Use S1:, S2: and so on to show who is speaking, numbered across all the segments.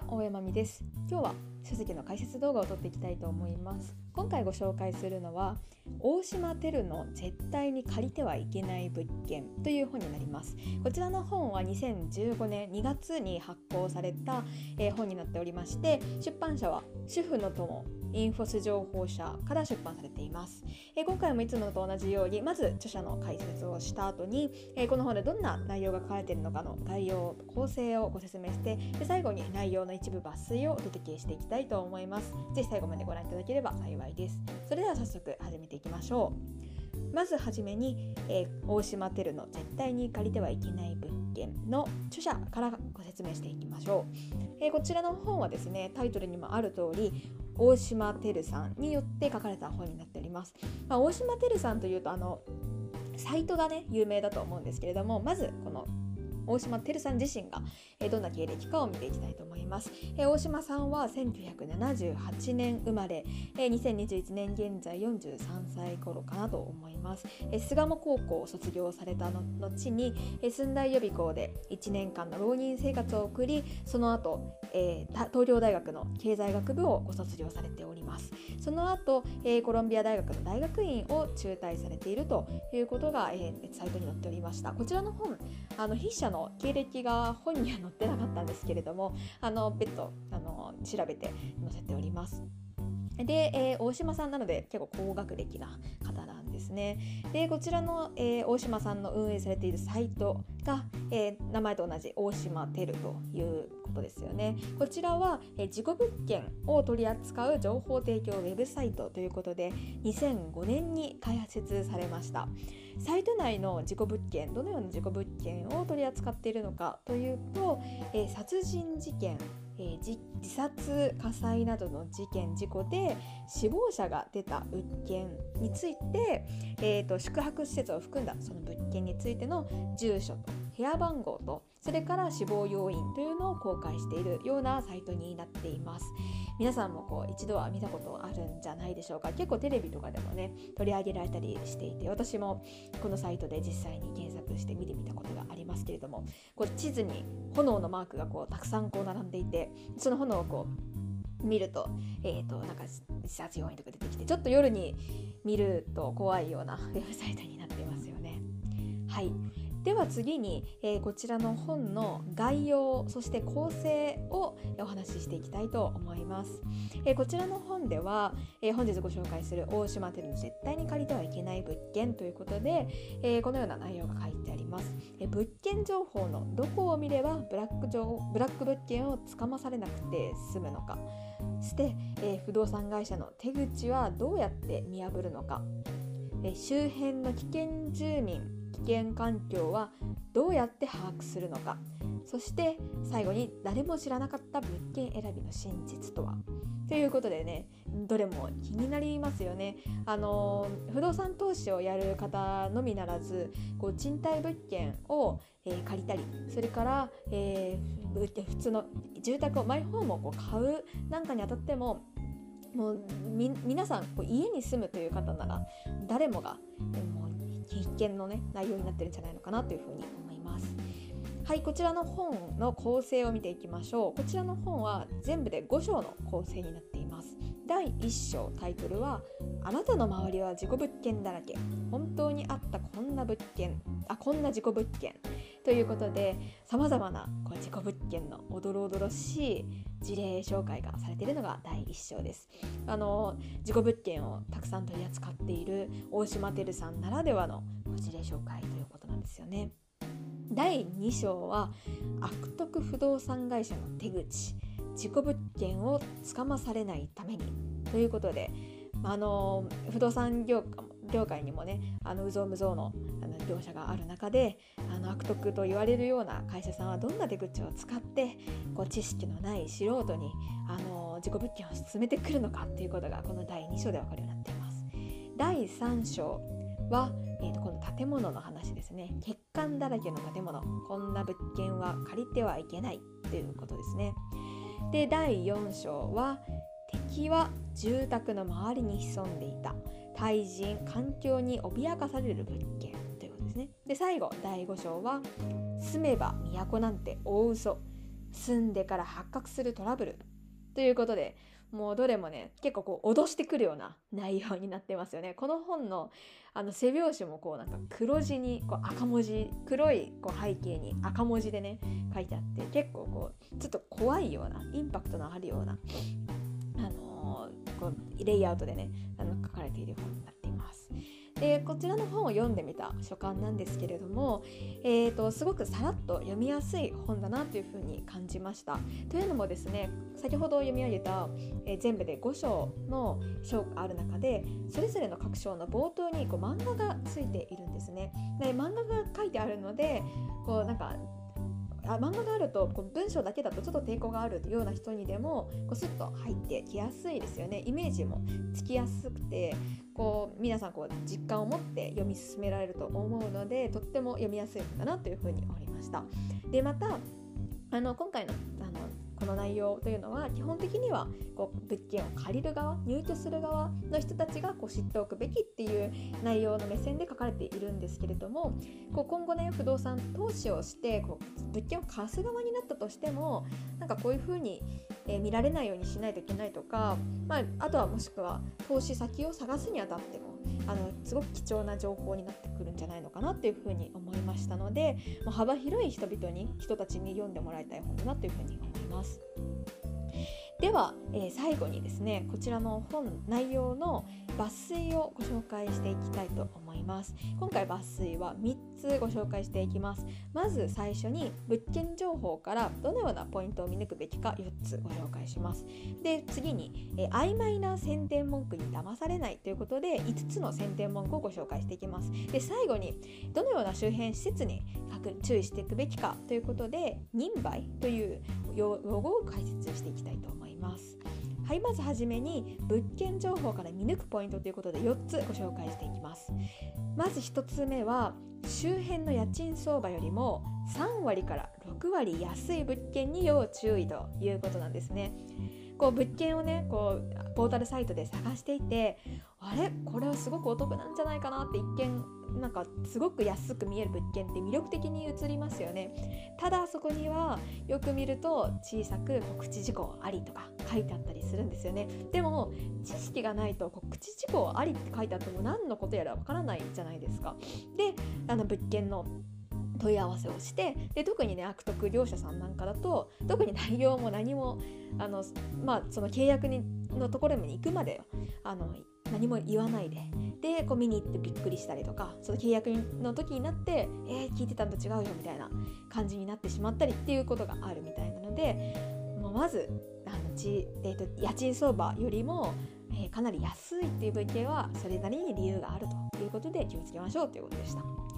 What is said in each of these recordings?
S1: 大山美です。今日は書籍の解説動画を撮っていきたいと思います。今回ご紹介するのは大島てるの絶対に借りてはいけない物件という本になります。こちらの本は2015年2月に発行された、本になっておりまして、出版社は主婦の友インフォス情報社から出版されています。今回もいつもと同じようにまず著者の解説をした後に、この本でどんな内容が書かれているのかの概要構成をご説明して、で最後に内容の一部抜粋をお届けしていきたいと思います。ぜひ最後までご覧いただければ幸いです。それでは早速始めていきましょう。まずはじめに、大島てるの絶対に借りてはいけない物件の著者からご説明していきましょう。こちらの本はですね、タイトルにもある通り大島てるさんによって書かれた本になっております。大島てるさんというとサイトがね有名だと思うんですけれども、まずこの大島てるさん自身がどんな経歴かを見ていきたいと思います。大島さんは1978年生まれ、2021年現在43歳頃かなと思います。巣鴨高校を卒業された後に駿台予備校で1年間の浪人生活を送り、その後、東京大学の経済学部をご卒業されております。その後、コロンビア大学の大学院を中退されているということが、サイトに載っておりました。こちらの本筆者の経歴が本には載ってなかったんですけれども、別途調べて載せております。で、大島さんなので結構高学歴な方なんですね。でこちらの、大島さんの運営されているサイトが、名前と同じ大島てるということですよね。こちらは、事故物件を取り扱う情報提供ウェブサイトということで2005年に開設されました。サイト内の事故物件、どのような事故物件を取り扱っているのかというと、殺人事件、自殺火災などの事件事故で死亡者が出た物件について、宿泊施設を含んだその物件についての住所と部屋番号とそれから死亡要因というのを公開しているようなサイトになっています。皆さんも一度は見たことあるんじゃないでしょうか。結構テレビとかでもね取り上げられたりしていて、私もこのサイトで実際に検索して見てみたことがありますけれども、地図に炎のマークがたくさん並んでいて、その炎を見ると、なんか自殺要因とか出てきて、ちょっと夜に見ると怖いようなウェブサイトになっていますよね。はい。では次に、こちらの本の概要そして構成をお話ししていきたいと思います。こちらの本では、本日ご紹介する大島てるの絶対に借りてはいけない物件ということで、このような内容が書いてあります。物件情報のどこを見ればブラック物件をつかまされなくて済むのか、そして、不動産会社の手口はどうやって見破るのか、周辺の危険住民危険環境はどうやって把握するのか、そして最後に誰も知らなかった物件選びの真実とはということでね、どれも気になりますよね。不動産投資をやる方のみならず賃貸物件を、借りたり、それから、普通の住宅をマイホームを買うなんかにあたっても、もう皆さん家に住むという方なら誰もがもう必見のね内容になってるんじゃないのかなというふうに思います。はい、こちらの本の構成を見ていきましょう。こちらの本は全部で5章の構成になっています。第1章、タイトルはあなたの周りは事故物件だらけ、本当にあったこんな事故物件ということで、さまざまな事故物件のおどろおどろしい事例紹介がされているのが第1章です。事故物件をたくさん取り扱っている大島てるさんならではの事例紹介ということなんですよね。第2章は悪徳不動産会社の手口、事故物件をつかまされないためにということで、不動産業界にもね有象無象の業者がある中で、悪徳と言われるような会社さんはどんな手口を使って知識のない素人に事故物件を進めてくるのかっていうことがこの第2章で分かるようになっています。第3章は、この建物の話ですね。欠陥だらけの建物、こんな物件は借りてはいけないということですね。で第4章は敵は住宅の周りに潜んでいた、対人環境に脅かされる物件ということですね。で最後第5章は住めば都なんて大嘘、 住んでから発覚するトラブルということで、もうどれもね結構こう脅してくるような内容になってますよね。この本の背表紙もこうなんか黒字にこう赤文字、黒いこう背景に赤文字でね書いてあって、結構こうちょっと怖いような、インパクトのあるようなこうレイアウトでね書かれている本になっています。でこちらの本を読んでみた書簡なんですけれども、すごくさらっと読みやすい本だなというふうに感じました。というのもですね、先ほど読み上げた、全部で5章の章がある中で、それぞれの各章の冒頭にこう漫画がついているんですね。で漫画が書いてあるので、こうなんか漫画があるとこう文章だけだとちょっと抵抗があるような人にでもこうスッと入ってきやすいですよね。イメージもつきやすくて、こう皆さんこう実感を持って読み進められると思うので、とっても読みやすいんだなというふうに思いました。でまた今回のこの内容というのは基本的にはこう物件を借りる側、入居する側の人たちがこう知っておくべきっていう内容の目線で書かれているんですけれども、こう今後ね不動産投資をしてこう物件を貸す側になったとしても、なんかこういう風に見られないようにしないといけないとか、あとはもしくは投資先を探すにあたってもすごく貴重な情報になってくるんじゃないのかなというふうに思いましたので、幅広い人たちに読んでもらいたい本だなというふうに思います。では、最後にですね、こちらの本内容の抜粋をご紹介していきたいと思います。今回抜粋は3つご紹介していきます。まず最初に物件情報からどのようなポイントを見抜くべきか4つご紹介します。で次に、曖昧な宣伝文句に騙されないということで5つの宣伝文句をご紹介していきます。で最後にどのような周辺施設に注意していくべきかということで、人売という用語を解説していきたいと思います。はい、まずはじめに物件情報から見抜くポイントということで4つご紹介していきます。まず1つ目は、周辺の家賃相場よりも3割から6割安い物件に要注意ということなんですね。こう物件をねポータルサイトで探していて、あれこれはすごくお得なんじゃないかなって、一見なんかすごく安く見える物件って魅力的に映りますよね。ただそこにはよく見ると小さく告知事項ありとか書いてあったりするんですよね。でも知識がないと告知事項ありって書いてあっても何のことやらわからないじゃないですか。で物件の問い合わせをして、で特にね悪徳業者さんなんかだと特に内容も何もその契約のところに行くまで何も言わないで見に行ってびっくりしたりとか、その契約の時になって聞いてたんと違うよみたいな感じになってしまったりっていうことがあるみたいなので、まず家賃相場よりもかなり安いっていう物件はそれなりに理由があるということで気をつけましょうということでした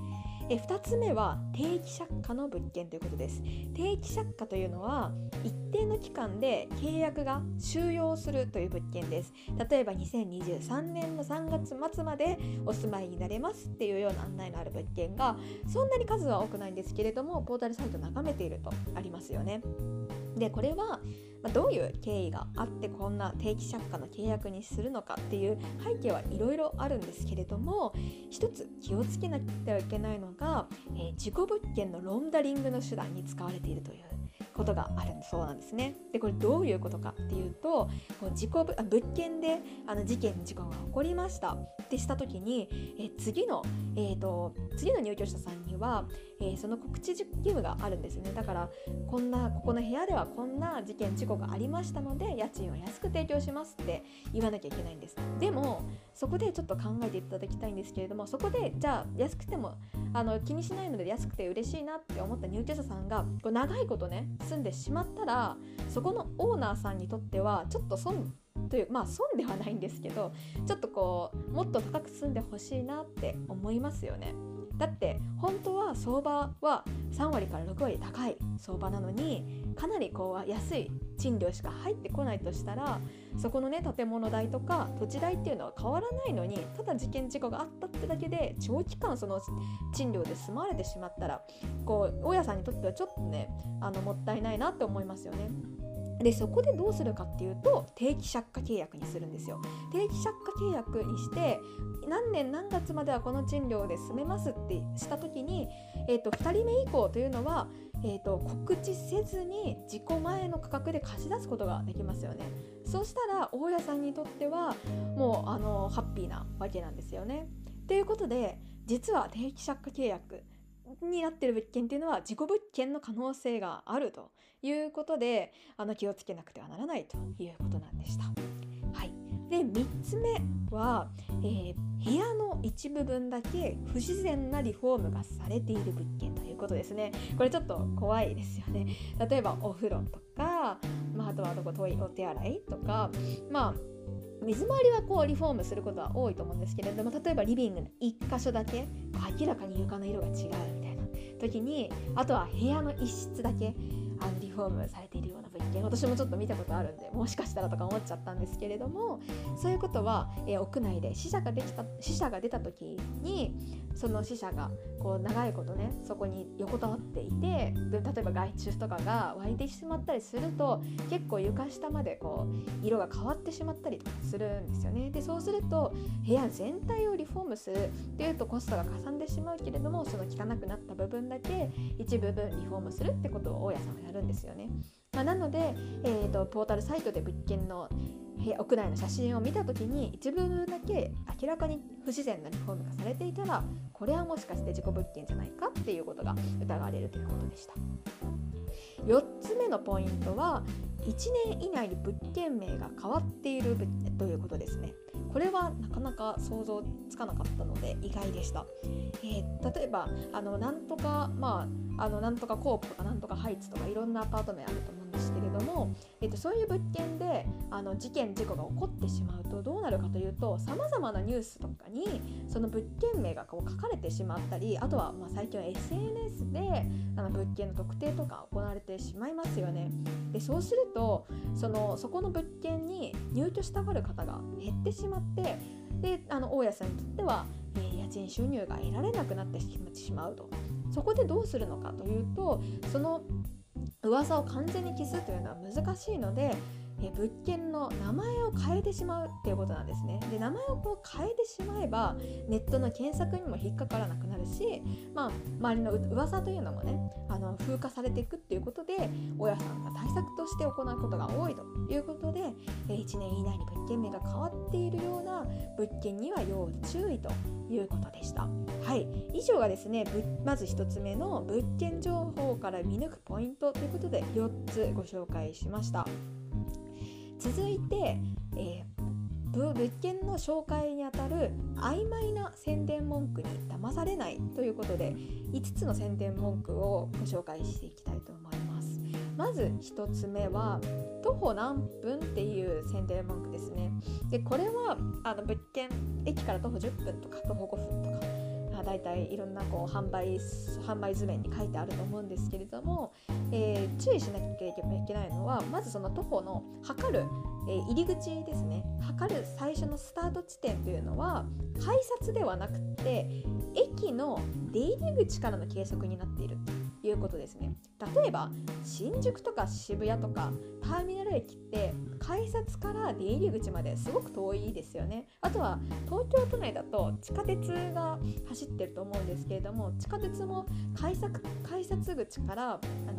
S1: 。2つ目は定期借家の物件ということです。定期借家というのは一定の期間で契約が終了するという物件です。例えば2023年の3月末までお住まいになれますっていうような案内のある物件がそんなに数は多くないんですけれども、ポータルサイト眺めているとありますよね。でこれはどういう経緯があってこんな定期借家の契約にするのかっていう背景はいろいろあるんですけれども、一つ気をつけなきゃいけないのが、事故物件のロンダリングの手段に使われているということがあるそうなんですね。でこれどういうことかっていうと、物件で事故が起こりましたってした時に、次の入居者さんには、その告知義務があるんですね。だからここの部屋ではこんな事故がありましたので家賃を安く提供しますって言わなきゃいけないんです。でもそこでちょっと考えていただきたいんですけれども、そこでじゃあ安くても気にしないので安くて嬉しいなって思った入居者さんが長いことね住んでしまったら、そこのオーナーさんにとってはちょっと損という損ではないんですけど、ちょっともっと高く住んでほしいなって思いますよね。だって本当は相場は3割から6割高い相場なのに、かなり安い賃料しか入ってこないとしたら、そこのね建物代とか土地代っていうのは変わらないのに、ただ事故があったってだけで長期間その賃料で住まわれてしまったら、大家さんにとってはちょっとねもったいないなって思いますよね。でそこでどうするかっていうと、定期借家契約にするんですよ。定期借家契約にして何年何月まではこの賃料で住めますってした時に、2人目以降というのは告知せずに自己前の価格で貸し出すことができますよね。そうしたら大家さんにとってはもうハッピーなわけなんですよね。ということで、実は定期借家契約になっている物件っていうのは事故物件の可能性があるということで、気をつけなくてはならないということなんでした。はい。で、3つ目は、部屋の一部分だけ不自然なリフォームがされている物件ということですね。これちょっと怖いですよね。例えばお風呂とか、あとはお手洗いとか、水回りはリフォームすることは多いと思うんですけれども、例えばリビングの1箇所だけ明らかに床の色が違うみたいな時に、あとは部屋の一室だけリフォームされているような物件、私もちょっと見たことあるんで、もしかしたらとか思っちゃったんですけれども、そういうことは、屋内で死者が出た時に、その死者が長いことねそこに横たわっていて、例えば害虫とかが湧いてしまったりすると、結構床下まで色が変わってしまったりとかするんですよね。で、そうすると部屋全体をリフォームするっていうとコストがかさんでしまうけれども、その汚くなった部分だけ一部分リフォームするってことを大家さんはやるんですよね。なので、ポータルサイトで物件の屋内の写真を見たときに、一部分だけ明らかに不自然なリフォームがされていたら、これはもしかして事故物件じゃないかっていうことが疑われるということでした。4つ目のポイントは、1年以内に物件名が変わっているということですね。これはなかなか想像つかなかったので意外でした。例えばなんとかなんとかコープとかなんとかハイツとかいろんなアパート名あると思うんですけれども、そういう物件で事故が起こってしまうとどうなるかというと、さまざまなニュースとかにその物件名が書かれてしまったり、あとは最近は SNS で物件の特定とか行われてしまいますよね。で、そうするとそこの物件に入居したがる方が減ってしまって、で大家さんにとっては、家賃収入が得られなくなってしまうと。そこでどうするのかというと、その噂を完全に消すというのは難しいので、物件の名前を変えてしまうっていうことなんですね。で、名前を変えてしまえばネットの検索にも引っかからなくなるし、周りの噂というのもね風化されていくっていうことで、親さんが対策として行うことが多いということで、1年以内に物件名が変わっているような物件には要注意ということでした。はい、以上がですね、まず1つ目の物件情報から見抜くポイントということで4つご紹介しました。続いて、物件の紹介にあたる曖昧な宣伝文句に騙されないということで、5つの宣伝文句をご紹介していきたいと思います。まず1つ目は徒歩何分っていう宣伝文句ですね。で、これは物件、駅から徒歩10分とか徒歩5分とか、だいたいいろんな販売図面に書いてあると思うんですけれども、注意しなきゃいけないのは、まずその徒歩の測る、入り口ですね。測る最初のスタート地点というのは改札ではなくて駅の出入り口からの計測になっているということですね。例えば新宿とか渋谷とかターミナル駅って改札から出入り口まですごく遠いですよね。あとは東京都内だと地下鉄が走ってると思うんですけれども、地下鉄も改札口から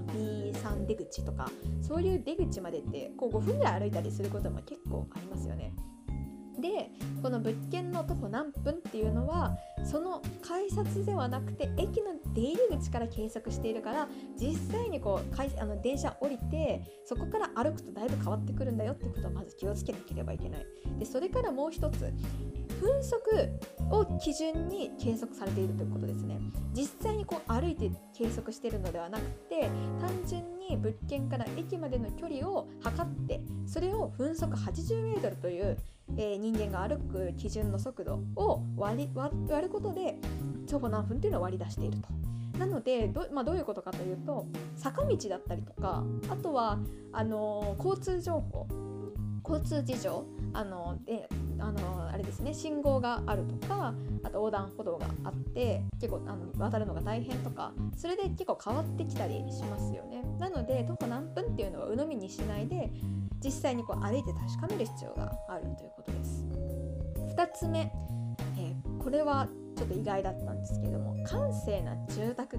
S1: B3 出口とかそういう出口までって5分ぐらい歩いたりすることも結構ありますよね。で、この物件の徒歩何分っていうのはその改札ではなくて駅の出入り口から計測しているから、実際に電車降りてそこから歩くとだいぶ変わってくるんだよってことをまず気をつけなければいけない。で、それからもう一つ、分速を基準に計測されているということですね。実際に歩いて計測しているのではなくて、単純に物件から駅までの距離を測って、それを分速80メートルという人間が歩く基準の速度を割ることで徒歩何分っていうのを割り出していると。なのでどういうことかというと、坂道だったりとか、あとは交通事情、あれですね、信号があるとか、あと横断歩道があって結構渡るのが大変とか、それで結構変わってきたりしますよね。なので徒歩何分っていうのは鵜呑みにしないで、実際に歩いて確かめる必要があるということです。2つ目、これはちょっと意外だったんですけども、閑静な住宅街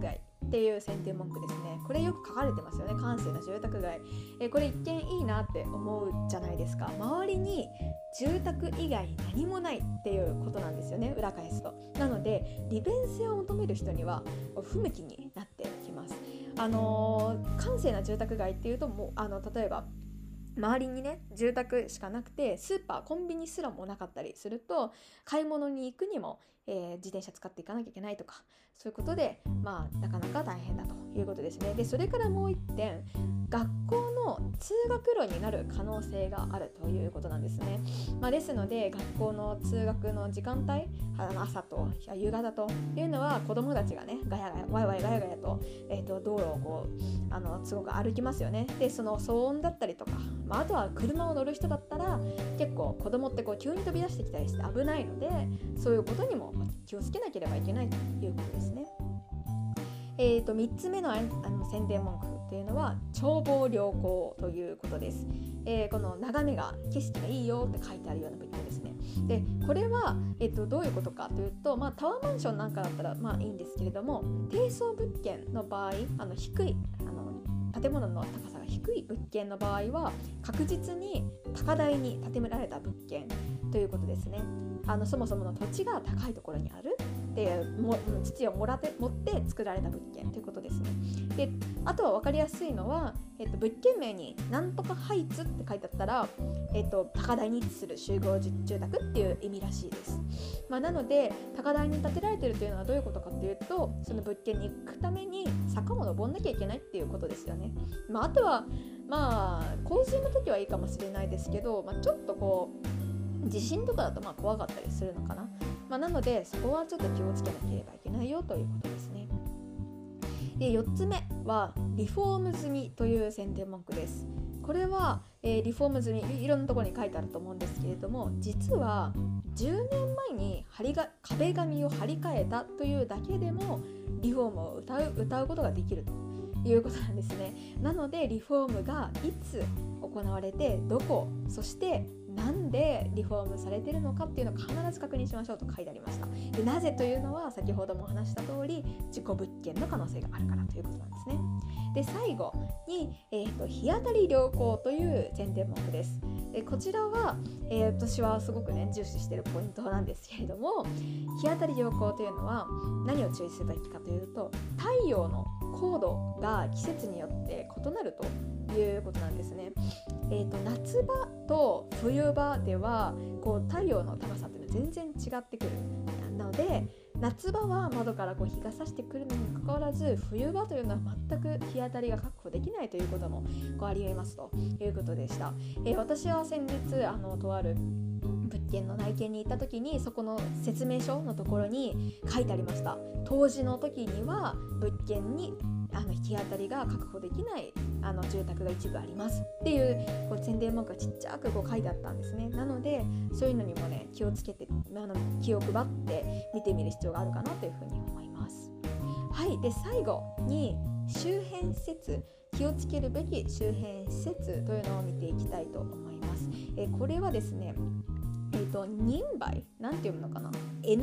S1: っていう宣伝文句ですね。これよく書かれてますよね。閑静な住宅街、これ一見いいなって思うじゃないですか。周りに住宅以外に何もないっていうことなんですよね、裏返すと。なので利便性を求める人には不向きになってきます。閑静な住宅街っていうともう例えば周りにね住宅しかなくてスーパーコンビニすらもなかったりすると、買い物に行くにも、自転車使っていかなきゃいけないとか、そういうことでなかなか大変だということですね。でそれからもう一点、学校の通学路になる可能性があるということなんですね。ですので学校の通学の時間帯、朝と夕方というのは子どもたちがねガヤガヤワイワイガヤガヤと、道路をこうすごく歩きますよね。でその騒音だったりとか、あとは車を乗る人だったら結構子供ってこう急に飛び出してきたりして危ないので、そういうことにも気をつけなければいけないということですね。3つ目の宣伝文句というのは眺望良好ということです。この眺めが景色がいいよって書いてあるような物件ですね。でこれは、どういうことかというと、タワーマンションなんかだったらいいんですけれども、低層物件の場合、低い建物の高さが低い物件の場合は確実に高台に建てられた物件ということですね。そもそもの土地が高いところにあるっていう土を持って作られた物件ということですね。であとは分かりやすいのは、物件名になんとかハイツって書いてあったら、高台に位置する集合住宅っていう意味らしいです。なので高台に建てられているというのはどういうことかというと、その物件に行くために坂を登んなきゃいけないっていうことですよね。あとは洪水の時はいいかもしれないですけど、ちょっとこう地震とかだと怖かったりするのかな。なのでそこはちょっと気をつけなければいけないよということですね。で4つ目はリフォーム済みという宣伝文句です。これは、リフォーム済みいろんなところに書いてあると思うんですけれども、実は10年前に壁紙を張り替えたというだけでもリフォームを歌うことができるということなんですね。なのでリフォームがいつ行われてどこ、そしてなんでリフォームされているのかっていうのを必ず確認しましょうと書いてありました。でなぜというのは先ほども話した通り事故物件の可能性があるからということなんですね。で最後に、日当たり良好という宣伝文句です。こちらは、私はすごくね重視しているポイントなんですけれども、日当たり良好というのは何を注意するべきかというと、太陽の高度が季節によって異なるということなんですね。夏場と冬場では太陽の高さっていうのは全然違ってくる。なので夏場は窓から日が差してくるのにもかかわらず、冬場というのは全く日当たりが確保できないということもあり得ますということでした。私は先日とある物件の内見に行った時に、そこの説明書のところに書いてありました。冬至の時には物件に日当たりが確保できない住宅が一部ありますっていう宣伝文句がちっちゃく書いてあったんですね。なのでそういうのにもね気をつけて気を配って見てみる必要があるかなというふうに思います。はい。で最後に周辺施設、気をつけるべき周辺施設というのを見ていきたいと思います。これはですねニンバイなんて読むのかな、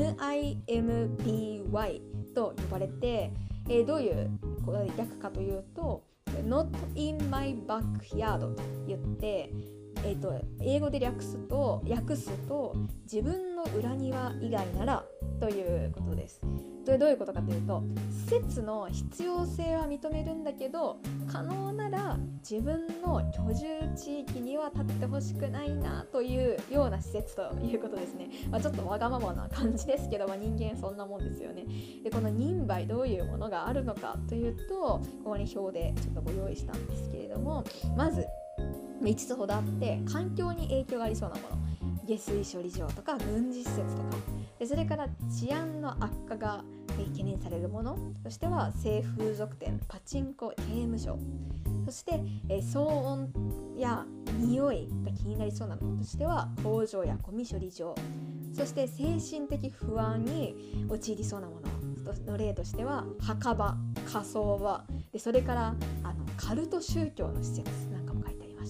S1: NIMBY と呼ばれて、どういう略かというと Not in my backyard と言って、英語で訳すと自分の裏庭以外ならということです。どういうことかというと、施設の必要性は認めるんだけど、可能なら自分の居住地域には建ってほしくないなというような施設ということですね。ちょっとわがままな感じですけど、人間そんなもんですよね。でこの任売どういうものがあるのかというと、ここに表でちょっとご用意したんですけれども、まず5つほどあって、環境に影響がありそうなもの、下水処理場とか軍事施設とかで、それから治安の悪化が懸念されるものとしては性風俗店、パチンコ、刑務所、そして騒音や匂いが気になりそうなものとしては工場やゴミ処理場、そして精神的不安に陥りそうなものの例としては墓場、火葬場で、それからカルト宗教の施設なんかも書いてありました。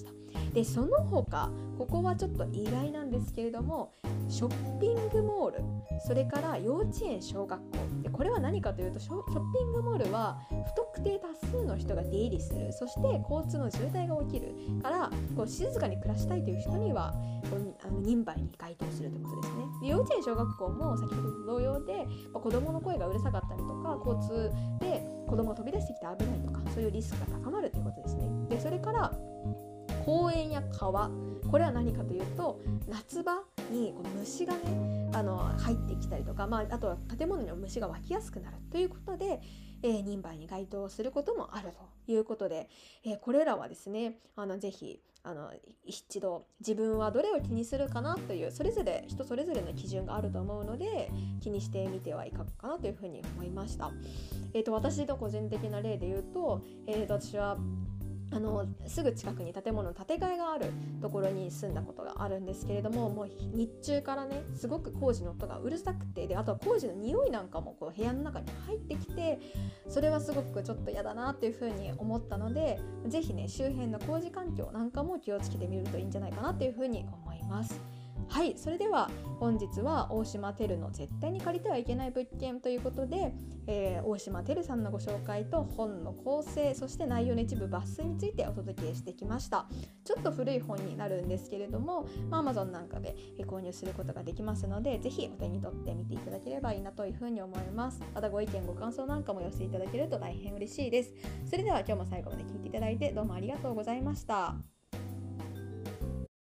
S1: でその他ここはちょっと意外なんですけれども、ショッピングモール、それから幼稚園小学校で、これは何かというとショッピングモールは不特定多数の人が出入りする、そして交通の渋滞が起きるから静かに暮らしたいという人には任売に該当するということですね。で幼稚園小学校も先ほどと同様で、子どもの声がうるさかったりとか、交通で子どもが飛び出してきて危ないとか、そういうリスクが高まるということですね。でそれから公園や川、これは何かというと、夏場に虫がね入ってきたりとか、あとは建物にも虫が湧きやすくなるということで、任売に該当することもあるということで、これらはですねぜひ一度自分はどれを気にするかなという、それぞれ人それぞれの基準があると思うので、気にしてみてはいかがかなというふうに思いました。私の個人的な例で言うと、私はすぐ近くに建物の建て替えがあるところに住んだことがあるんですけれども、もう日中からねすごく工事の音がうるさくて、であとは工事の匂いなんかも部屋の中に入ってきて、それはすごくちょっと嫌だなっていうふうに思ったので、ぜひね周辺の工事環境なんかも気をつけてみるといいんじゃないかなっていうふうに思います。はい、それでは本日は大島てるの絶対に借りてはいけない物件ということで、大島てるさんのご紹介と本の構成、そして内容の一部抜粋についてお届けしてきました。ちょっと古い本になるんですけれども、Amazon なんかで購入することができますので、ぜひお手に取ってみていただければいいなというふうに思います。またご意見ご感想なんかも寄せていただけると大変嬉しいです。それでは今日も最後まで聞いていただいてどうもありがとうございました。